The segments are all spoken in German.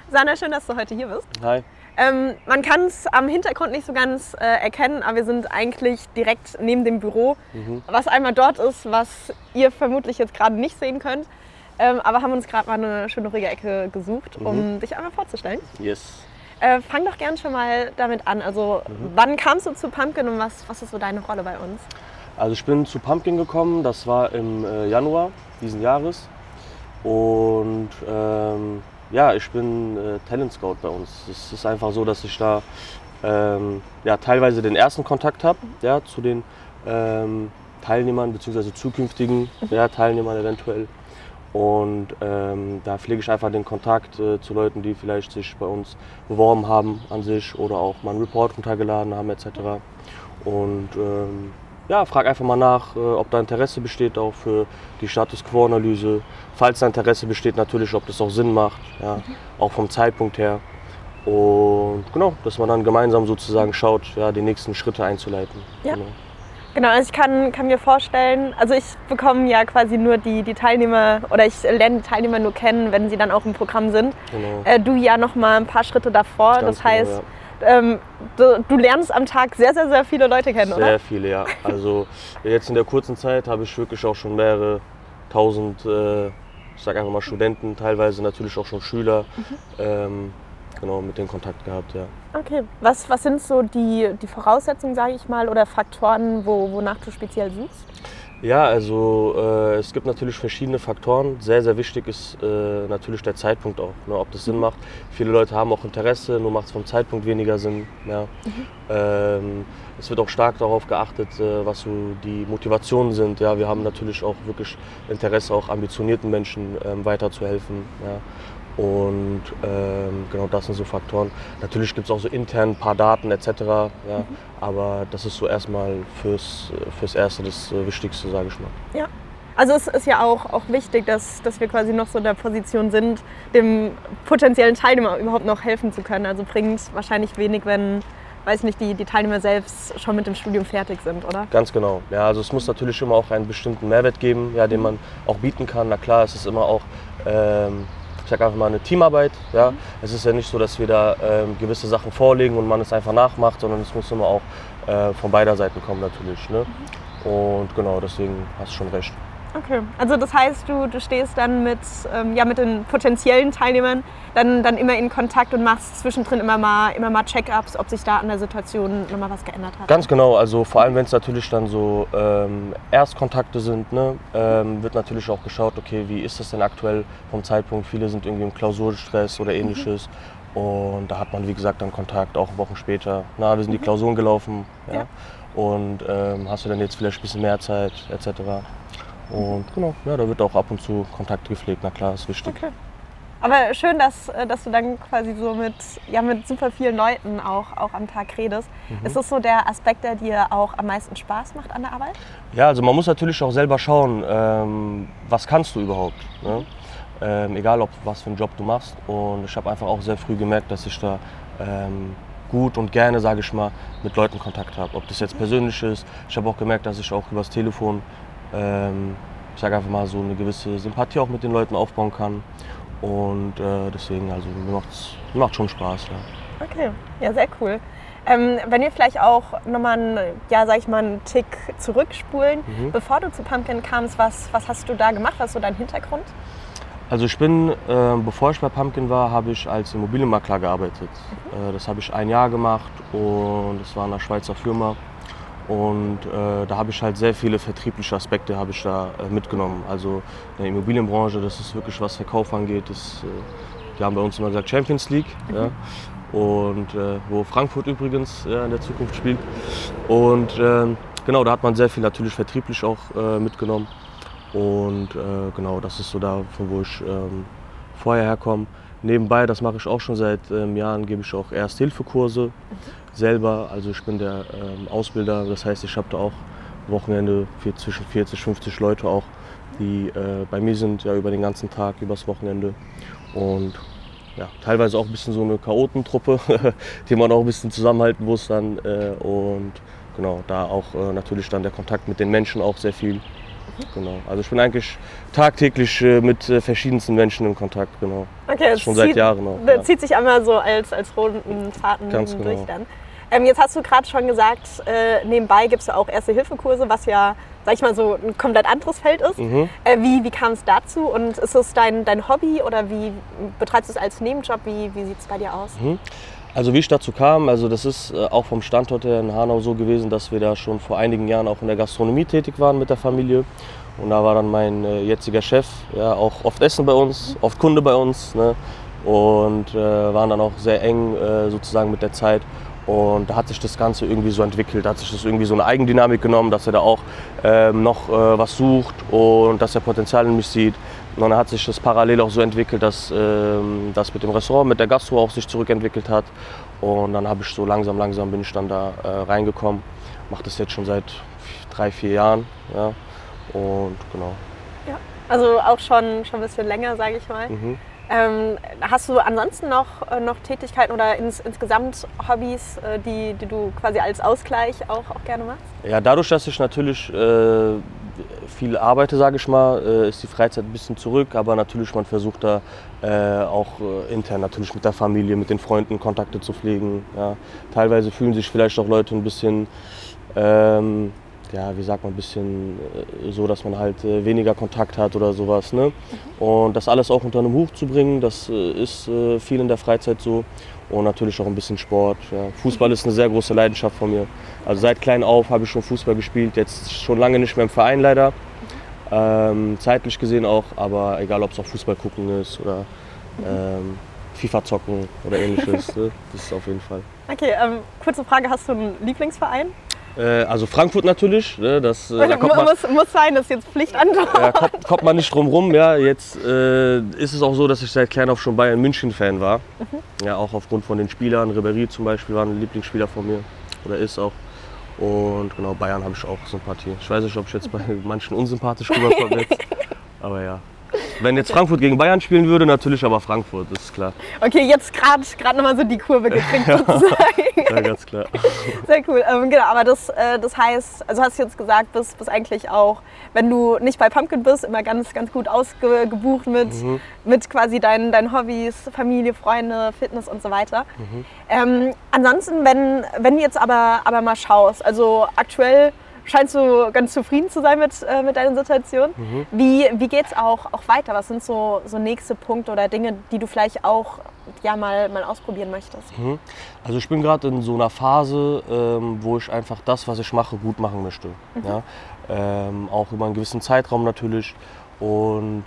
Sana, schön, dass du heute hier bist. Hi. Man kann es am Hintergrund nicht so ganz erkennen, aber wir sind eigentlich direkt neben dem Büro, was einmal dort ist, was ihr vermutlich jetzt gerade nicht sehen könnt. Aber haben uns gerade mal eine schöne ruhige Ecke gesucht, um dich einmal vorzustellen. Yes. Fang doch gern schon mal damit an. Also wann kamst du zu Pumpkin und was ist so deine Rolle bei uns? Also ich bin zu Pumpkin gekommen, das war im Januar diesen Jahres. Und ja, ich bin Talent Scout bei uns. Es ist einfach so, dass ich da ja, teilweise den ersten Kontakt habe, ja, zu den Teilnehmern bzw. zukünftigen Teilnehmern eventuell. Und da pflege ich einfach den Kontakt zu Leuten, die vielleicht sich bei uns beworben haben an sich oder auch mal einen Report runtergeladen haben etc. Und ja, frag einfach mal nach, ob da Interesse besteht auch für die Status Quo-Analyse. Falls da Interesse besteht, natürlich, ob das auch Sinn macht, ja, auch vom Zeitpunkt her. Und genau, dass man dann gemeinsam sozusagen schaut, ja, die nächsten Schritte einzuleiten. Ja. Genau, also ich kann mir vorstellen, also ich bekomme ja quasi nur die Teilnehmer oder ich lerne die Teilnehmer nur kennen, wenn sie dann auch im Programm sind. Genau. Du ja noch mal ein paar Schritte davor, Ganz das heißt, genau, ja. Du lernst am Tag sehr, sehr, sehr viele Leute kennen, oder? Sehr viele, ja. Also jetzt in der kurzen Zeit habe ich wirklich auch schon mehrere tausend, ich sage einfach mal Studenten, teilweise natürlich auch schon Schüler, genau, mit denen Kontakt gehabt, ja. Okay, was sind so die Voraussetzungen, sage ich mal, oder Faktoren, wonach du speziell suchst? Ja, also es gibt natürlich verschiedene Faktoren. Sehr, sehr wichtig ist natürlich der Zeitpunkt auch, ne, ob das Sinn macht. Viele Leute haben auch Interesse, nur macht es vom Zeitpunkt weniger Sinn. Ja. Es wird auch stark darauf geachtet, was so die Motivationen sind. Ja. Wir haben natürlich auch wirklich Interesse, auch ambitionierten Menschen weiterzuhelfen. Ja. Und genau, das sind so Faktoren. Natürlich gibt es auch so intern ein paar Daten etc. Ja, aber das ist so erstmal fürs Erste das Wichtigste, sage ich mal. Ja, also es ist ja auch wichtig, dass wir quasi noch so in der Position sind, dem potenziellen Teilnehmer überhaupt noch helfen zu können. Also bringt wahrscheinlich wenig, wenn, weiß nicht, die Teilnehmer selbst schon mit dem Studium fertig sind, oder? Ganz genau. Ja, also es muss natürlich immer auch einen bestimmten Mehrwert geben, ja, den man auch bieten kann. Na klar, es ist immer auch ich sage einfach mal eine Teamarbeit. Ja. Es ist ja nicht so, dass wir da gewisse Sachen vorlegen und man es einfach nachmacht, sondern es muss immer auch von beider Seiten kommen natürlich. Ne? Und genau, deswegen hast du schon recht. Okay, also das heißt, du stehst dann mit den potenziellen Teilnehmern dann immer in Kontakt und machst zwischendrin immer mal Check-ups, ob sich da an der Situation nochmal was geändert hat? Ganz genau, also vor allem wenn es natürlich dann so Erstkontakte sind, ne, wird natürlich auch geschaut, okay, wie ist das denn aktuell vom Zeitpunkt? Viele sind irgendwie im Klausurstress oder ähnliches und da hat man wie gesagt dann Kontakt, auch Wochen später. Na, wir sind die Klausuren gelaufen, ja. Und hast du dann jetzt vielleicht ein bisschen mehr Zeit etc. Und genau, ja, da wird auch ab und zu Kontakt gepflegt, na klar, ist wichtig. Okay. Aber schön, dass du dann quasi so mit super vielen Leuten auch am Tag redest. Ist das so der Aspekt, der dir auch am meisten Spaß macht an der Arbeit? Ja, also man muss natürlich auch selber schauen, was kannst du überhaupt, ne? Egal was für einen Job du machst. Und ich habe einfach auch sehr früh gemerkt, dass ich da gut und gerne, sage ich mal, mit Leuten Kontakt habe. Ob das jetzt persönlich ist, ich habe auch gemerkt, dass ich auch übers Telefon ich sage einfach mal so eine gewisse Sympathie auch mit den Leuten aufbauen kann und deswegen, also mir macht schon Spaß. Ja. Okay, ja, sehr cool. Wenn wir vielleicht auch nochmal einen Tick zurückspulen, bevor du zu Pumpkin kamst, was hast du da gemacht, was ist so dein Hintergrund? Also ich bin, bevor ich bei Pumpkin war, habe ich als Immobilienmakler gearbeitet. Das habe ich 1 Jahr gemacht und es war eine Schweizer Firma. Und da habe ich halt sehr viele vertriebliche Aspekte habe ich da mitgenommen. Also in der Immobilienbranche, das ist wirklich, was Verkauf angeht, die haben bei uns immer gesagt Champions League. Ja? Und wo Frankfurt übrigens in der Zukunft spielt. Und genau, da hat man sehr viel natürlich vertrieblich auch mitgenommen. Und genau, das ist so da, von wo ich vorher herkomme. Nebenbei, das mache ich auch schon seit Jahren, gebe ich auch Ersthilfekurse selber. Also ich bin der Ausbilder, das heißt, ich habe da auch Wochenende zwischen 40, 50 Leute auch, die bei mir sind, ja, über den ganzen Tag, übers Wochenende. Und ja, teilweise auch ein bisschen so eine Chaotentruppe, die man auch ein bisschen zusammenhalten muss dann. Und genau, da auch natürlich dann der Kontakt mit den Menschen auch sehr viel. Genau. Also ich bin eigentlich tagtäglich mit verschiedensten Menschen in Kontakt, genau. Okay, schon seit Jahren auch. Das zieht sich einmal so als roten Faden Ganz durch genau. dann. Jetzt hast du gerade schon gesagt, nebenbei gibst du auch Erste-Hilfe-Kurse, was ja, sag ich mal, so ein komplett anderes Feld ist. Wie kam es dazu und ist es dein Hobby oder wie betreibst du es als Nebenjob? Wie sieht es bei dir aus? Also wie ich dazu kam, also das ist auch vom Standort her in Hanau so gewesen, dass wir da schon vor einigen Jahren auch in der Gastronomie tätig waren mit der Familie. Und da war dann mein jetziger Chef ja, auch oft essen bei uns, oft Kunde bei uns, ne? Und waren dann auch sehr eng sozusagen mit der Zeit. Und da hat sich das Ganze irgendwie so entwickelt, da hat sich das irgendwie so eine Eigendynamik genommen, dass er da auch noch was sucht und dass er Potenzial in mich sieht. Und dann hat sich das parallel auch so entwickelt, dass das mit dem Restaurant, mit der Gastro auch sich zurückentwickelt hat. Und dann habe ich so langsam bin ich dann da reingekommen. Mache das jetzt schon seit 3-4 Jahren. Ja. Und genau. Ja, also auch schon ein bisschen länger, sage ich mal. Hast du ansonsten noch Tätigkeiten oder insgesamt Hobbys, die du quasi als Ausgleich auch gerne machst? Ja, dadurch, dass ich natürlich viel arbeite, sage ich mal, ist die Freizeit ein bisschen zurück, aber natürlich man versucht da auch intern natürlich mit der Familie, mit den Freunden Kontakte zu pflegen. Ja. Teilweise fühlen sich vielleicht auch Leute ein bisschen ja, wie sagt man, ein bisschen so, dass man halt weniger Kontakt hat oder sowas. Ne? Und das alles auch unter einem Hut zu bringen, das ist viel in der Freizeit so. Und natürlich auch ein bisschen Sport. Ja. Fußball ist eine sehr große Leidenschaft von mir. Also seit klein auf habe ich schon Fußball gespielt, jetzt schon lange nicht mehr im Verein leider. Zeitlich gesehen auch, aber egal ob es auch Fußball gucken ist oder FIFA zocken oder ähnliches, ne? Das ist auf jeden Fall. Okay, kurze Frage, hast du einen Lieblingsverein? Also Frankfurt natürlich, ne, das muss sein, das ist jetzt Pflichtantwort. Ja, kommt man nicht drum rum. Ja. Jetzt ist es auch so, dass ich seit klein auf schon Bayern München-Fan war. Ja, auch aufgrund von den Spielern. Ribéry zum Beispiel war ein Lieblingsspieler von mir oder ist auch. Und genau, Bayern habe ich auch Sympathie. Ich weiß nicht, ob ich jetzt bei manchen unsympathisch rüberkomme jetzt, aber ja. Wenn jetzt Frankfurt gegen Bayern spielen würde, natürlich aber Frankfurt, das ist klar. Okay, jetzt gerade nochmal so die Kurve gekriegt sozusagen. Ja, ganz klar. Sehr cool. Genau, aber das heißt, also hast du jetzt gesagt, bist eigentlich auch, wenn du nicht bei Pumpkin bist, immer ganz gut ausgebucht mit quasi deinen Hobbys, Familie, Freunde, Fitness und so weiter. Ansonsten, wenn du jetzt aber mal schaust, also aktuell scheinst du ganz zufrieden zu sein mit deiner Situation. Wie geht es auch weiter? Was sind so nächste Punkte oder Dinge, die du vielleicht auch ja, mal ausprobieren möchtest? Also ich bin gerade in so einer Phase, wo ich einfach das, was ich mache, gut machen möchte. Ja? Auch über einen gewissen Zeitraum natürlich. Und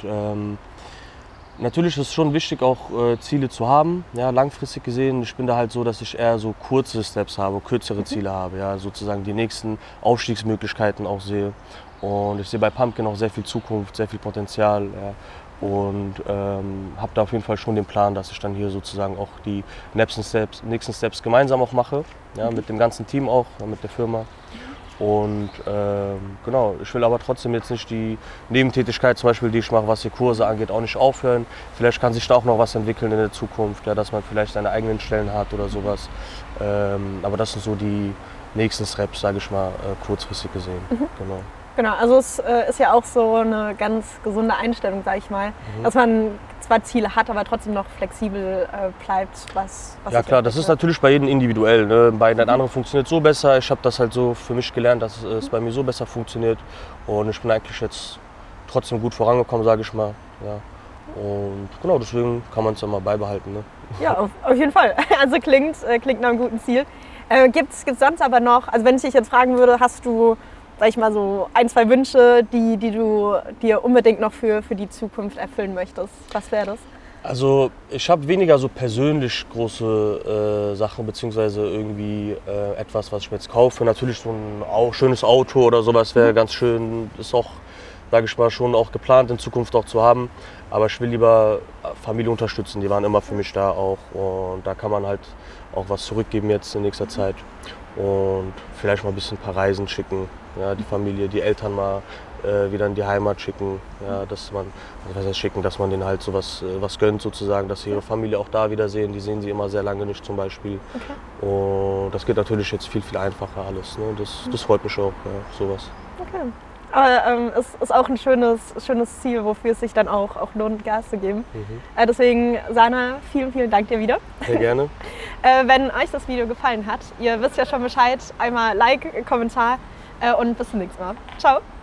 natürlich ist es schon wichtig, auch Ziele zu haben, ja, langfristig gesehen. Ich bin da halt so, dass ich eher so kurze Steps habe, kürzere Ziele habe, ja, sozusagen die nächsten Aufstiegsmöglichkeiten auch sehe. Und ich sehe bei Pumpkin auch sehr viel Zukunft, sehr viel Potenzial. Ja, und habe da auf jeden Fall schon den Plan, dass ich dann hier sozusagen auch die nächsten Steps gemeinsam auch mache, ja, mit dem ganzen Team auch, mit der Firma. Und genau, ich will aber trotzdem jetzt nicht die Nebentätigkeit, zum Beispiel, die ich mache, was die Kurse angeht, auch nicht aufhören. Vielleicht kann sich da auch noch was entwickeln in der Zukunft, ja, dass man vielleicht seine eigenen Stellen hat oder sowas. Aber das sind so die nächsten Steps, sage ich mal, kurzfristig gesehen. Genau, also es ist ja auch so eine ganz gesunde Einstellung, sage ich mal, dass man zwar Ziele hat, aber trotzdem noch flexibel bleibt, was ja klar, das ist natürlich bei jedem individuell. Ne? Bei den anderen funktioniert es so besser. Ich habe das halt so für mich gelernt, dass es bei mir so besser funktioniert. Und ich bin eigentlich jetzt trotzdem gut vorangekommen, sage ich mal. Ja. Und genau, deswegen kann man es ja mal beibehalten. Ne? Ja, auf jeden Fall. Also klingt nach einem guten Ziel. Gibt's sonst aber noch, also wenn ich dich jetzt fragen würde, hast du, sag ich mal, so 1, 2 Wünsche, die du dir unbedingt noch für die Zukunft erfüllen möchtest? Was wäre das? Also ich habe weniger so persönlich große Sachen, beziehungsweise irgendwie etwas, was ich mir jetzt kaufe. Natürlich so ein schönes Auto oder sowas wäre ganz schön. Ist auch, sage ich mal, schon auch geplant in Zukunft auch zu haben. Aber ich will lieber Familie unterstützen, die waren immer für mich da auch. Und da kann man halt auch was zurückgeben jetzt in nächster Zeit. Und vielleicht mal ein bisschen ein paar Reisen schicken, ja, die Familie, die Eltern mal wieder in die Heimat schicken, ja, dass man, was heißt schicken, dass man denen halt so was gönnt sozusagen, dass sie ihre Familie auch da wieder sehen, die sehen sie immer sehr lange nicht zum Beispiel. Okay. Und das geht natürlich jetzt viel einfacher alles, ne? Das freut mich auch, ja, sowas. Okay. Aber es ist auch ein schönes Ziel, wofür es sich dann auch lohnt, Gas zu geben. Deswegen, Sana, vielen, vielen Dank dir wieder. Sehr gerne. Wenn euch das Video gefallen hat, ihr wisst ja schon Bescheid, einmal Like, Kommentar und bis zum nächsten Mal. Ciao.